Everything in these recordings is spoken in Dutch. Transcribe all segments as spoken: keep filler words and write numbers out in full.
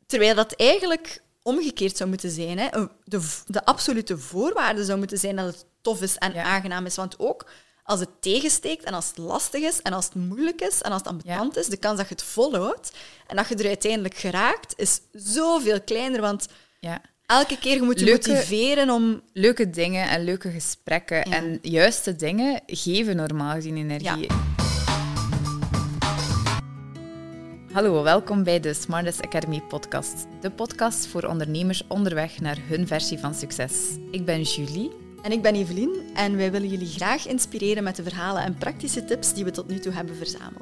Terwijl dat eigenlijk omgekeerd zou moeten zijn. Hè. De, de absolute voorwaarde zou moeten zijn dat het tof is en ja. aangenaam is. Want ook als het tegensteekt en als het lastig is en als het moeilijk is en als het ambetant ja. is, de kans dat je het volhoudt en dat je er uiteindelijk geraakt, is zoveel kleiner. Want ja. elke keer je moet je leuke, motiveren om... Leuke dingen en leuke gesprekken ja. en juiste dingen geven normaal gezien energie. Ja. Hallo, welkom bij de Smartest Academy podcast. De podcast voor ondernemers onderweg naar hun versie van succes. Ik ben Julie. En ik ben Evelien. En wij willen jullie graag inspireren met de verhalen en praktische tips die we tot nu toe hebben verzameld.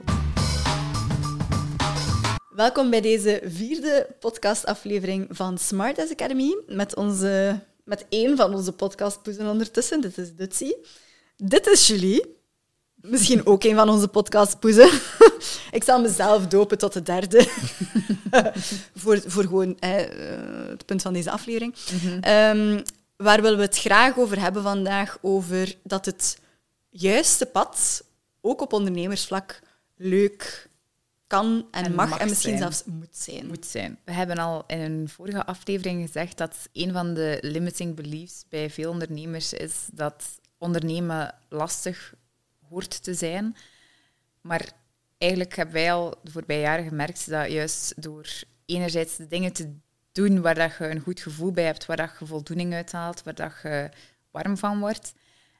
Welkom bij deze vierde podcastaflevering van Smartest Academy. Met, onze, met één van onze podcastpoezen ondertussen. Dit is Dutsie. Dit is Julie. Misschien ook een van onze podcastpoezen. Ik zal mezelf dopen tot de derde. voor, voor gewoon eh, het punt van deze aflevering. Mm-hmm. Um, waar willen we het graag over hebben vandaag? Over dat het juiste pad, ook op ondernemersvlak, leuk kan en, en mag, mag en misschien zijn. zelfs moet zijn. moet zijn. We hebben al in een vorige aflevering gezegd dat een van de limiting beliefs bij veel ondernemers is dat ondernemen lastig hoort te zijn. Maar eigenlijk hebben wij al de voorbije jaren gemerkt dat juist door enerzijds de dingen te doen waar dat je een goed gevoel bij hebt, waar dat je voldoening uithaalt, waar dat je warm van wordt,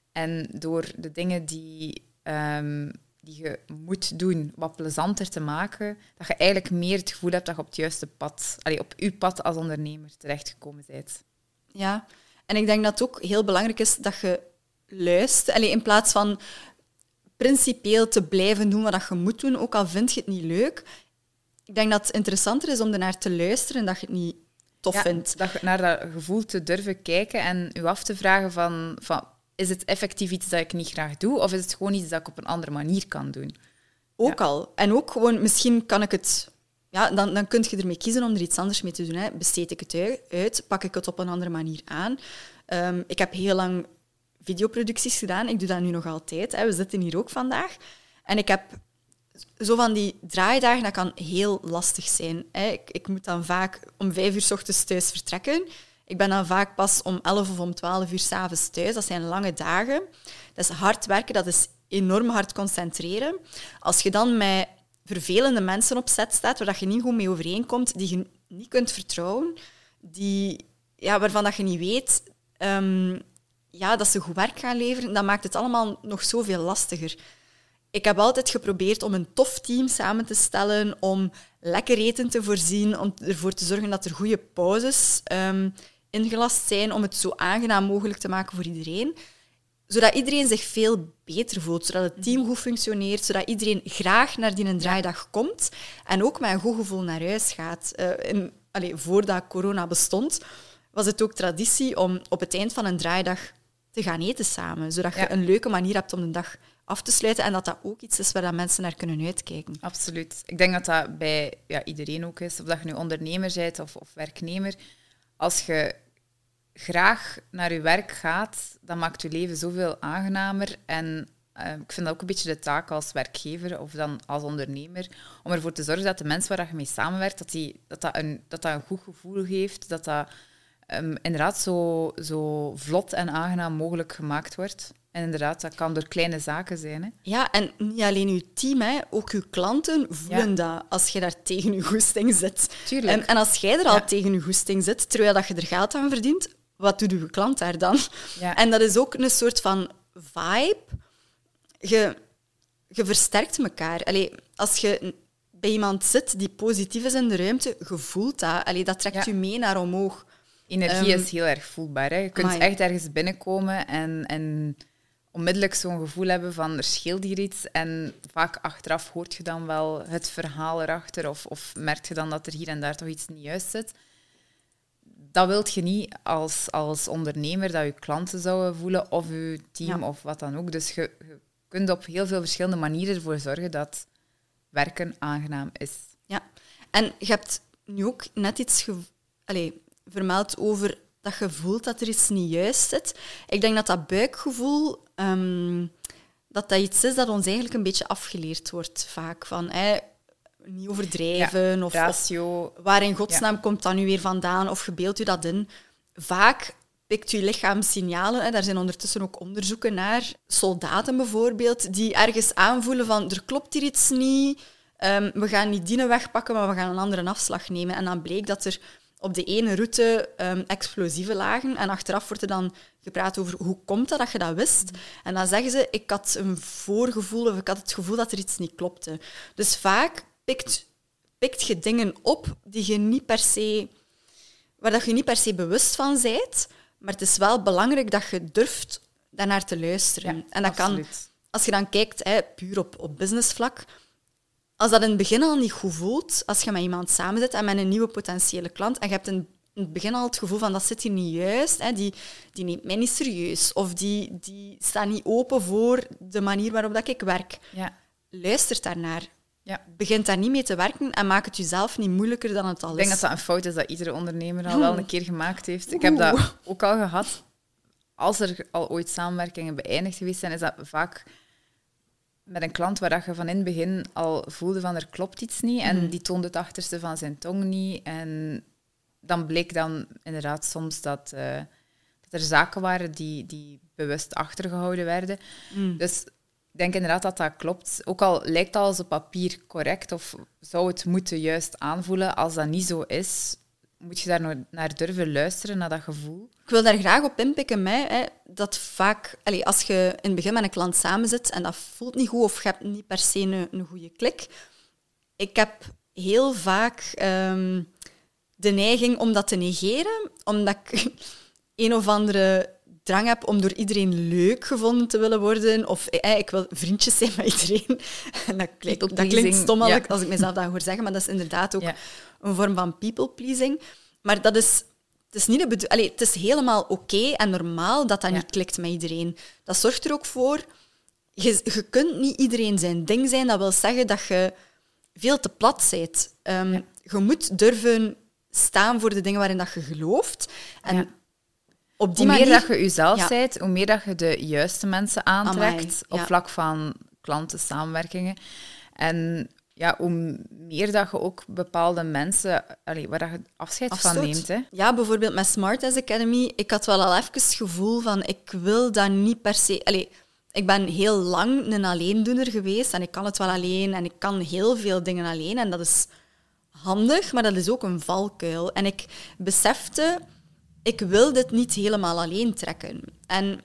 en door de dingen die, um, die je moet doen wat plezanter te maken, dat je eigenlijk meer het gevoel hebt dat je op het juiste pad, allee, op je pad als ondernemer terechtgekomen bent. Ja, en ik denk dat het ook heel belangrijk is dat je luistert, allee, in plaats van principieel te blijven doen wat je moet doen, ook al vind je het niet leuk. Ik denk dat het interessanter is om ernaar te luisteren en dat je het niet tof ja, vindt. Dat je naar dat gevoel te durven kijken en je af te vragen van, van is het effectief iets dat ik niet graag doe of is het gewoon iets dat ik op een andere manier kan doen? Ook ja. al. En ook gewoon, misschien kan ik het... Ja, dan, dan kun je ermee kiezen om er iets anders mee te doen. Hè. Besteed ik het uit? Pak ik het op een andere manier aan? Um, ik heb heel lang videoproducties gedaan. Ik doe dat nu nog altijd. Hè. We zitten hier ook vandaag. En ik heb zo van die draaidagen, dat kan heel lastig zijn. Hè. Ik, ik moet dan vaak om vijf uur 's ochtends thuis vertrekken. Ik ben dan vaak pas om elf of om twaalf uur 's avonds thuis. Dat zijn lange dagen. Dat is hard werken, dat is enorm hard concentreren. Als je dan met vervelende mensen op zet staat, waar je niet goed mee overeenkomt, die je niet kunt vertrouwen, die, ja, waarvan dat je niet weet um, ja, dat ze goed werk gaan leveren, dan maakt het allemaal nog zoveel lastiger. Ik heb altijd geprobeerd om een tof team samen te stellen, om lekker eten te voorzien, om ervoor te zorgen dat er goede pauzes um, ingelast zijn, om het zo aangenaam mogelijk te maken voor iedereen. Zodat iedereen zich veel beter voelt, zodat het team goed functioneert, zodat iedereen graag naar die draaidag komt en ook met een goed gevoel naar huis gaat. Uh, in, allez, voordat corona bestond, was het ook traditie om op het eind van een draaidag te gaan eten samen, zodat je ja. een leuke manier hebt om de dag af te sluiten en dat dat ook iets is waar dat mensen naar kunnen uitkijken. Absoluut. Ik denk dat dat bij ja, iedereen ook is, of dat je nu ondernemer bent of, of werknemer. Als je graag naar je werk gaat, dan maakt je leven zoveel aangenamer. En uh, ik vind dat ook een beetje de taak als werkgever of dan als ondernemer, om ervoor te zorgen dat de mensen waar je mee samenwerkt, dat, die, dat, dat, een, dat dat een goed gevoel geeft, dat dat um, inderdaad zo, zo vlot en aangenaam mogelijk gemaakt wordt. En inderdaad, dat kan door kleine zaken zijn. Hè. Ja, en niet alleen je team, hè, ook je klanten voelen ja. dat als je daar tegen je goesting zit. Tuurlijk. En, en als jij er al ja. tegen je goesting zit, terwijl dat je er geld aan verdient, wat doet je klant daar dan? Ja. En dat is ook een soort van vibe. Je, je versterkt elkaar. Allee, als je bij iemand zit die positief is in de ruimte, je voelt dat. Allee, dat trekt ja. je mee naar omhoog. Energie um, is heel erg voelbaar. Hè. Je kunt amai. echt ergens binnenkomen en... en onmiddellijk zo'n gevoel hebben van er scheelt hier iets en vaak achteraf hoort je dan wel het verhaal erachter of, of merk je dan dat er hier en daar toch iets niet juist zit. Dat wilt je niet als, als ondernemer, dat je klanten zouden voelen of je team ja. of wat dan ook. Dus je, je kunt op heel veel verschillende manieren ervoor zorgen dat werken aangenaam is. Ja, en je hebt nu ook net iets ge- Allez, vermeld over dat je voelt dat er iets niet juist zit. Ik denk dat dat buikgevoel, um, dat dat iets is dat ons eigenlijk een beetje afgeleerd wordt vaak. Van, hey, niet overdrijven. Ja, of, ratio. Of waar in godsnaam Ja. komt dat nu weer vandaan? Of gebeeld u dat in? Vaak pikt je lichaam signalen. Hè. Daar zijn ondertussen ook onderzoeken naar. Soldaten bijvoorbeeld, die ergens aanvoelen van er klopt hier iets niet. Um, we gaan niet die wegpakken, maar we gaan een andere afslag nemen. En dan bleek dat er op de ene route um, explosieven lagen. En achteraf wordt er dan gepraat over hoe komt dat dat je dat wist. Mm. En dan zeggen ze, ik had een voorgevoel of ik had het gevoel dat er iets niet klopte. Dus vaak pikt, pikt je dingen op die je niet per se, waar dat je niet per se bewust van bent. Maar het is wel belangrijk dat je durft daarnaar te luisteren. Ja, en dat absoluut. kan, als je dan kijkt, hè, puur op, op businessvlak, als dat in het begin al niet goed voelt, als je met iemand samen zit en met een nieuwe potentiële klant, en je hebt in, in het begin al het gevoel van dat zit hier niet juist, hè, die, die neemt mij niet serieus, of die, die staat niet open voor de manier waarop dat ik werk. Ja. Luister daarnaar. Ja. Begint daar niet mee te werken en maak het jezelf niet moeilijker dan het al is. Ik denk dat dat een fout is dat iedere ondernemer al wel een keer gemaakt heeft. Ik heb dat ook al gehad. Als er al ooit samenwerkingen beëindigd geweest zijn, is dat vaak met een klant waar je van in het begin al voelde van er klopt iets niet en mm. die toonde het achterste van zijn tong niet. En dan bleek dan inderdaad soms dat, uh, dat er zaken waren die, die bewust achtergehouden werden. Mm. Dus ik denk inderdaad dat dat klopt. Ook al lijkt alles op papier correct of zou het moeten juist aanvoelen, als dat niet zo is, moet je daar naar durven luisteren, naar dat gevoel. Ik wil daar graag op inpikken, mij, hè, dat vaak, allez, als je in het begin met een klant samen zit en dat voelt niet goed of je hebt niet per se een, een goede klik. Ik heb heel vaak um, de neiging om dat te negeren, omdat ik een of andere drang heb om door iedereen leuk gevonden te willen worden. Of eh, ik wil vriendjes zijn met iedereen. En dat, klinkt, dat klinkt stom als, ja. ik, als ik mezelf dat hoor zeggen, maar dat is inderdaad ook ja. een vorm van people-pleasing. Maar dat is, het is, niet de bedo- Allee, het is helemaal oké okay en normaal dat dat ja. niet klikt met iedereen. Dat zorgt er ook voor... Je, je kunt niet iedereen zijn ding zijn. Dat wil zeggen dat je veel te plat bent. Um, ja. Je moet durven staan voor de dingen waarin dat je gelooft. En ja. op die hoe manier, meer dat je jezelf ja. bent, hoe meer dat je de juiste mensen aantrekt Amai, op ja. vlak van klanten, samenwerkingen. En ja, hoe meer dat je ook bepaalde mensen, allee, waar je afscheid Afstoot. van neemt. Hè. Ja, bijvoorbeeld met Smart as Academy. Ik had wel al even het gevoel van, ik wil dat niet per se... Allee, ik ben heel lang een alleendoener geweest en ik kan het wel alleen en ik kan heel veel dingen alleen. En dat is handig, maar dat is ook een valkuil. En ik besefte... Ik wil dit niet helemaal alleen trekken. En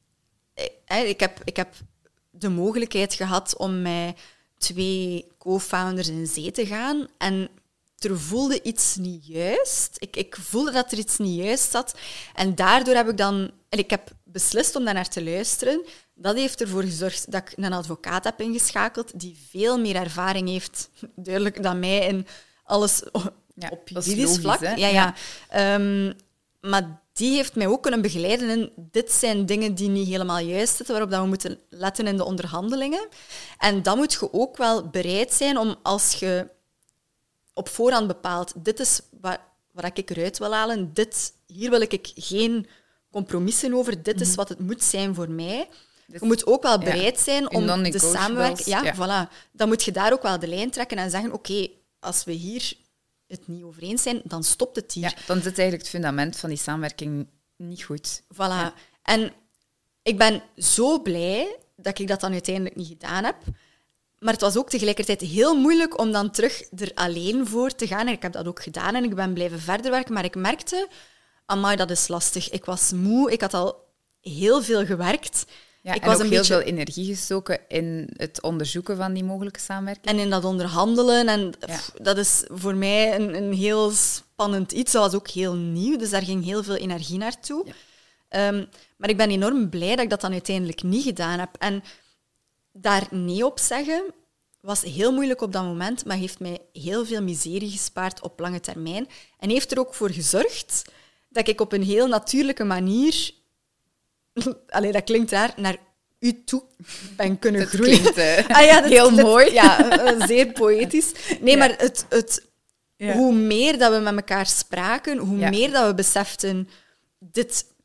ik heb, ik heb de mogelijkheid gehad om met twee co-founders in zee te gaan. En er voelde iets niet juist. Ik, ik voelde dat er iets niet juist zat. En daardoor heb ik dan... Ik heb beslist om daar naar te luisteren. Dat heeft ervoor gezorgd dat ik een advocaat heb ingeschakeld die veel meer ervaring heeft, duidelijk, dan mij in alles ja, op juridisch vlak. Hè? Ja, ja. ja. Um, Maar die heeft mij ook kunnen begeleiden in dit zijn dingen die niet helemaal juist zitten, waarop dat we moeten letten in de onderhandelingen. En dan moet je ook wel bereid zijn om, als je op voorhand bepaalt, dit is wat, wat ik eruit wil halen, dit, hier wil ik geen compromissen over, dit is wat het moet zijn voor mij. Je moet ook wel bereid zijn ja. om de samenwerking... Ja, ja. Voilà. Dan moet je daar ook wel de lijn trekken en zeggen, oké, okay, als we hier... het niet over eens zijn, dan stopt het hier. Ja, dan zit eigenlijk het fundament van die samenwerking niet goed. Voilà. Ja. En ik ben zo blij dat ik dat dan uiteindelijk niet gedaan heb. Maar het was ook tegelijkertijd heel moeilijk om dan terug er alleen voor te gaan. En ik heb dat ook gedaan en ik ben blijven verder werken. Maar ik merkte, amai, dat is lastig. Ik was moe, ik had al heel veel gewerkt. Ja, ik en was ook een heel beetje... veel energie gestoken in het onderzoeken van die mogelijke samenwerking. En in dat onderhandelen. En ja. pff, dat is voor mij een, een heel spannend iets. Dat was ook heel nieuw, dus daar ging heel veel energie naartoe. Ja. Um, maar ik ben enorm blij dat ik dat dan uiteindelijk niet gedaan heb. En daar nee op zeggen was heel moeilijk op dat moment, maar heeft mij heel veel miserie gespaard op lange termijn. En heeft er ook voor gezorgd dat ik op een heel natuurlijke manier... Allee, dat klinkt raar, naar u toe ben kunnen dat groeien. Klinkt, uh, ah, ja, dat, heel dat, mooi. Ja, uh, zeer poëtisch. Nee, ja. maar het, het, ja. hoe meer dat we met elkaar spraken, hoe ja. meer dat we beseften, dit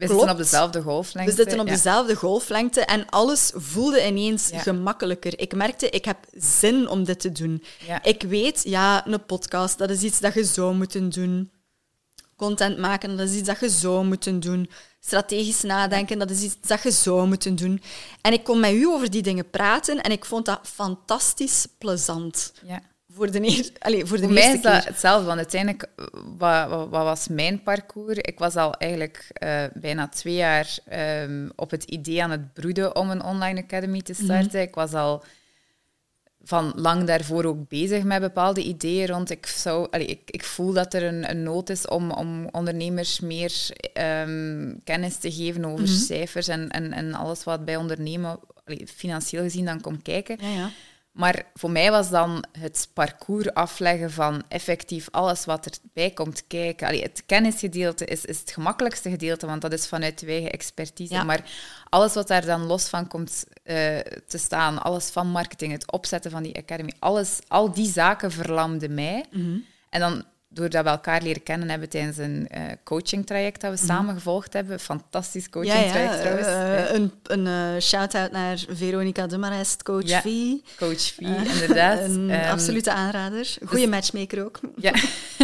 We Klopt. zitten op dezelfde golflengte. We zitten op ja. dezelfde golflengte en alles voelde ineens Ja. gemakkelijker. Ik merkte, ik heb zin om dit te doen. Ja. Ik weet, ja, een podcast, dat is iets dat je zou moeten doen. Content maken, dat is iets dat je zou moeten doen. Strategisch nadenken, dat is iets dat je zou moeten doen. En ik kon met u over die dingen praten en ik vond dat fantastisch plezant. Ja. Voor de, eer, allez, voor de Voor mij eerste is dat keer. hetzelfde, want uiteindelijk, wat, wat, wat was mijn parcours? Ik was al eigenlijk uh, bijna twee jaar um, op het idee aan het broeden om een online academy te starten. Mm-hmm. Ik was al van lang daarvoor ook bezig met bepaalde ideeën rond. Ik, zou, allez, ik, ik voel dat er een, een nood is om, om ondernemers meer um, kennis te geven over mm-hmm. cijfers en, en, en alles wat bij ondernemen, allez, financieel gezien, dan komt kijken. Ja, ja. Maar voor mij was dan het parcours afleggen van effectief alles wat erbij komt kijken. Allee, het kennisgedeelte is, is het gemakkelijkste gedeelte, want dat is vanuit de eigen expertise. Ja. Maar alles wat daar dan los van komt uh, te staan, alles van marketing, het opzetten van die academy, alles, al die zaken verlamden mij. Mm-hmm. En dan, doordat we elkaar leren kennen hebben tijdens een uh, coachingtraject dat we mm-hmm. samen gevolgd hebben. Fantastisch coachingtraject ja, ja, trouwens. Uh, een een uh, shout-out naar Veronica de Marest, Coach ja, V. Coach V, uh, inderdaad. Een um, absolute aanrader. Goeie dus, matchmaker ook. Ja.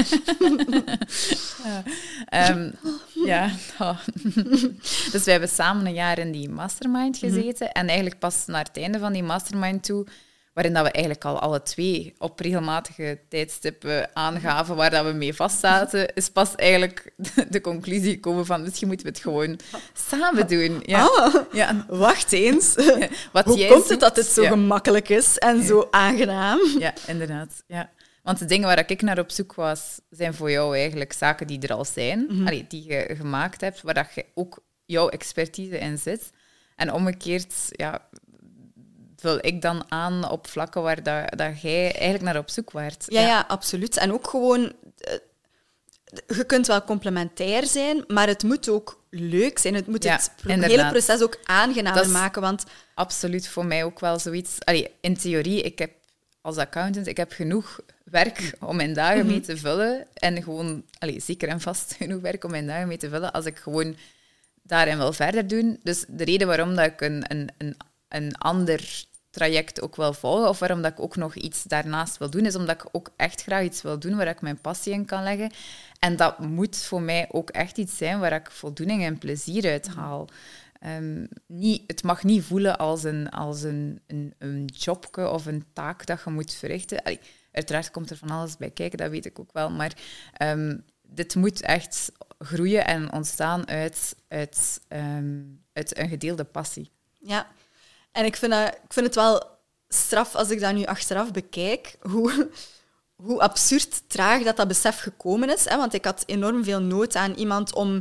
ja. Um, ja. Oh. Dus we hebben samen een jaar in die mastermind gezeten. Mm-hmm. En eigenlijk pas naar het einde van die mastermind toe, waarin dat we eigenlijk al alle twee op regelmatige tijdstippen aangaven waar dat we mee vastzaten, is pas eigenlijk de conclusie gekomen van misschien moeten we het gewoon samen doen. Ja. Ah, ja. Wacht eens. Wat Hoe jij komt zoekt, het dat het zo ja. gemakkelijk is en ja. zo aangenaam? Ja, inderdaad. Ja. Want de dingen waar ik naar op zoek was, zijn voor jou eigenlijk zaken die er al zijn, mm-hmm. Allee, die je gemaakt hebt, waar dat je ook jouw expertise in zit. En omgekeerd, ja, vul ik dan aan op vlakken waar dat, dat jij eigenlijk naar op zoek waart. Ja, ja, ja, absoluut. En ook gewoon... Uh, je kunt wel complementair zijn, maar het moet ook leuk zijn. Het moet ja, het pro- hele proces ook aangenamer maken. Want... Absoluut voor mij ook wel zoiets. Allee, in theorie, ik heb als accountant ik heb genoeg werk om mijn dagen mm-hmm. mee te vullen. En gewoon, allee, zeker en vast genoeg werk om mijn dagen mee te vullen, als ik gewoon daarin wil verder doen. Dus de reden waarom dat ik een... een, een een ander traject ook wil volgen, of waarom dat ik ook nog iets daarnaast wil doen, is omdat ik ook echt graag iets wil doen waar ik mijn passie in kan leggen. En dat moet voor mij ook echt iets zijn waar ik voldoening en plezier uit haal. Um, niet, het mag niet voelen als een, als een, een, een jobje of een taak dat je moet verrichten. Allee, uiteraard komt er van alles bij kijken, dat weet ik ook wel, maar um, dit moet echt groeien en ontstaan uit, uit, um, uit een gedeelde passie. Ja. En ik vind, dat, ik vind het wel straf als ik dat nu achteraf bekijk, hoe, hoe absurd traag dat dat besef gekomen is. Hè? Want ik had enorm veel nood aan iemand om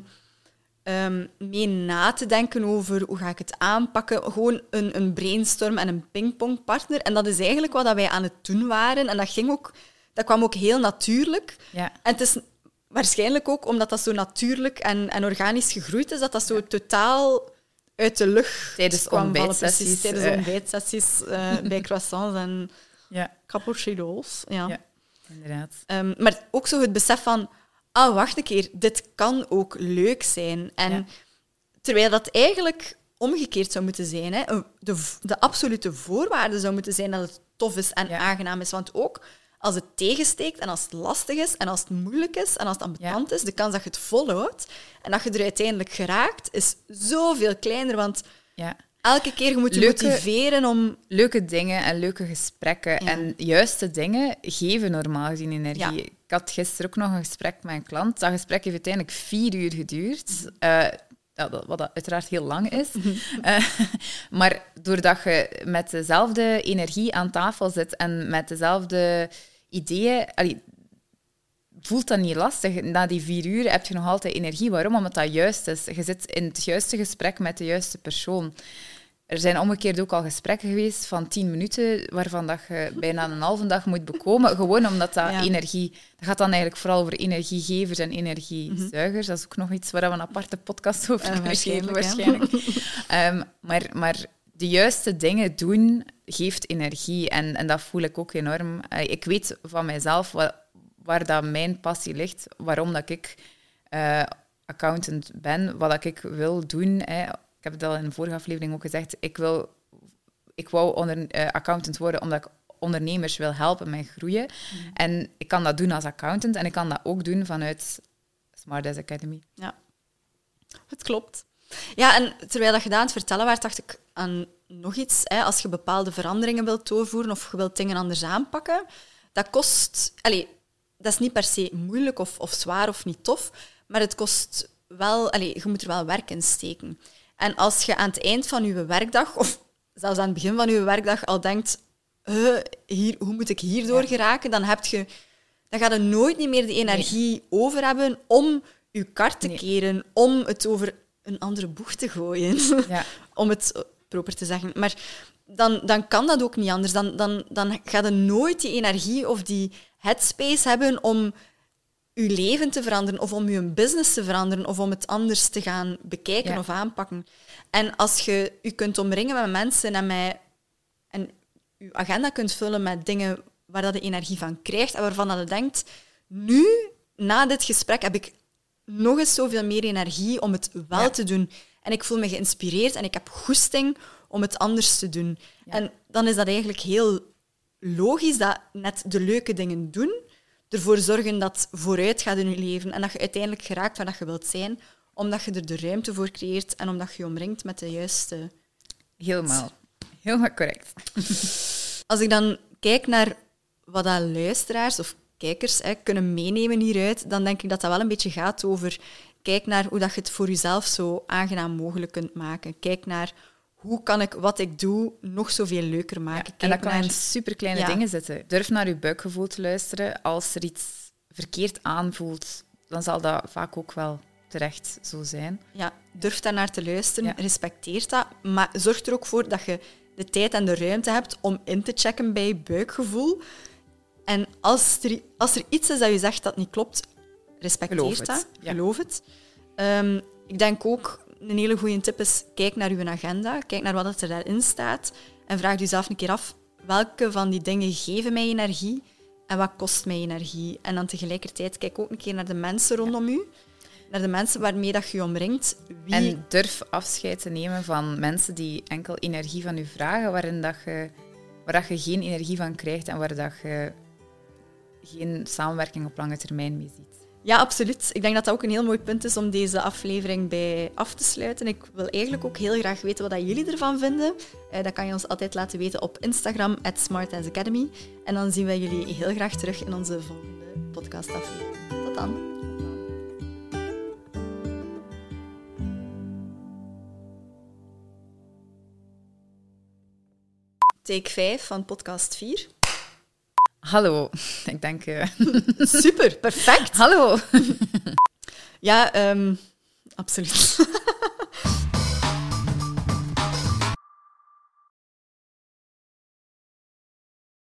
um, mee na te denken over hoe ga ik het aanpakken. Gewoon een, een brainstorm en een pingpongpartner. En dat is eigenlijk wat wij aan het doen waren. En dat, ging ook, dat kwam ook heel natuurlijk. Ja. En het is waarschijnlijk ook omdat dat zo natuurlijk en, en organisch gegroeid is, dat dat zo ja. totaal... uit de lucht tijdens ontbijtsessies. Tijdens uh. ontbijtsessies uh, bij croissants en ja. cappuccino's. Ja, ja inderdaad. Um, maar ook zo het besef van, ah, wacht een keer, dit kan ook leuk zijn. En ja. terwijl dat eigenlijk omgekeerd zou moeten zijn. Hè. De, de absolute voorwaarde zou moeten zijn dat het tof is en ja. aangenaam is. Want ook als het tegensteekt en als het lastig is en als het moeilijk is en als het ambetant ja. is, de kans dat je het volhoudt en dat je er uiteindelijk geraakt, is zoveel kleiner. Want ja. elke keer je moet je leuke, motiveren om... Leuke dingen en leuke gesprekken ja. en juiste dingen geven normaal gezien energie. Ja. Ik had gisteren ook nog een gesprek met een klant. Dat gesprek heeft uiteindelijk vier uur geduurd. Uh, Ja, wat dat uiteraard heel lang is. uh, maar doordat je met dezelfde energie aan tafel zit en met dezelfde ideeën... Allee, voelt dat niet lastig. Na die vier uur heb je nog altijd energie. Waarom? Omdat dat juist is. Je zit in het juiste gesprek met de juiste persoon. Er zijn omgekeerd ook al gesprekken geweest van tien minuten, waarvan dat je bijna een halve dag moet bekomen. Gewoon omdat dat ja. energie... Dat gaat dan eigenlijk vooral over energiegevers en energiezuigers. Mm-hmm. Dat is ook nog iets waar we een aparte podcast over kunnen uh, geven, waarschijnlijk. um, maar, maar de juiste dingen doen geeft energie. En, en dat voel ik ook enorm. Uh, ik weet van mijzelf wat, waar dat mijn passie ligt. Waarom dat ik... Uh, accountant ben, wat ik wil doen... Hè, ik heb het al in de vorige aflevering ook gezegd, ik, wil, ik wou onder, uh, accountant worden omdat ik ondernemers wil helpen met groeien. Mm. En ik kan dat doen als accountant en ik kan dat ook doen vanuit Smartdesk Academy. Ja, het klopt. Ja, en terwijl dat je dat aan het vertellen was, dacht ik aan nog iets. Hè. Als je bepaalde veranderingen wilt doorvoeren of je wilt dingen anders aanpakken, dat kost... Allez, dat is niet per se moeilijk of, of zwaar of niet tof, maar het kost wel... Allez, je moet er wel werk in steken. En als je aan het eind van je werkdag, of zelfs aan het begin van je werkdag, al denkt, uh, hier, hoe moet ik hierdoor ja. geraken, dan, heb je, dan ga je nooit niet meer de energie nee. over hebben om je kar te nee. keren, om het over een andere boeg te gooien. Ja. Om het proper te zeggen. Maar dan, dan kan dat ook niet anders. Dan, dan, dan ga je nooit die energie of die headspace hebben om je leven te veranderen of om je business te veranderen of om het anders te gaan bekijken ja. of aanpakken. En als je je kunt omringen met mensen en, met, en je agenda kunt vullen met dingen waar dat je energie van krijgt en waarvan dat je denkt, nu, na dit gesprek, heb ik nog eens zoveel meer energie om het wel ja. te doen. En ik voel me geïnspireerd en ik heb goesting om het anders te doen. Ja. En dan is dat eigenlijk heel logisch dat net de leuke dingen doen ervoor zorgen dat het vooruit gaat in je leven en dat je uiteindelijk geraakt waar dat je wilt zijn, omdat je er de ruimte voor creëert en omdat je je omringt met de juiste... Helemaal. Helemaal correct. Als ik dan kijk naar wat dat luisteraars of kijkers hè, kunnen meenemen hieruit, dan denk ik dat dat wel een beetje gaat over... Kijk naar hoe dat je het voor jezelf zo aangenaam mogelijk kunt maken. Kijk naar hoe kan ik wat ik doe nog zoveel leuker maken. Ja, en dat kan naar... in superkleine ja. dingen zitten. Durf naar je buikgevoel te luisteren. Als er iets verkeerd aanvoelt, dan zal dat vaak ook wel terecht zo zijn. Ja, durf daar naar te luisteren. Ja. Respecteer dat. Maar zorg er ook voor dat je de tijd en de ruimte hebt om in te checken bij je buikgevoel. En als er, als er iets is dat je zegt dat niet klopt, respecteer Geloof dat. Het. Ja. Geloof het. Um, ik denk ook, een hele goede tip is, kijk naar uw agenda. Kijk naar wat er daarin staat. En vraag jezelf een keer af, welke van die dingen geven mij energie en wat kost mij energie? En dan tegelijkertijd kijk ook een keer naar de mensen rondom u. Naar de mensen waarmee dat je je omringt. Wie... En durf afscheid te nemen van mensen die enkel energie van u vragen, waarin dat je, waar dat je geen energie van krijgt en waar dat je geen samenwerking op lange termijn mee ziet. Ja, absoluut. Ik denk dat dat ook een heel mooi punt is om deze aflevering bij af te sluiten. Ik wil eigenlijk ook heel graag weten wat jullie ervan vinden. Uh, dat kan je ons altijd laten weten op Instagram, at Smartdesk Academy. En dan zien wij jullie heel graag terug in onze volgende podcastaflevering. Tot dan. Take vijf van podcast vier. Hallo, ik denk... Uh... Super, perfect. Hallo. Ja, um, absoluut.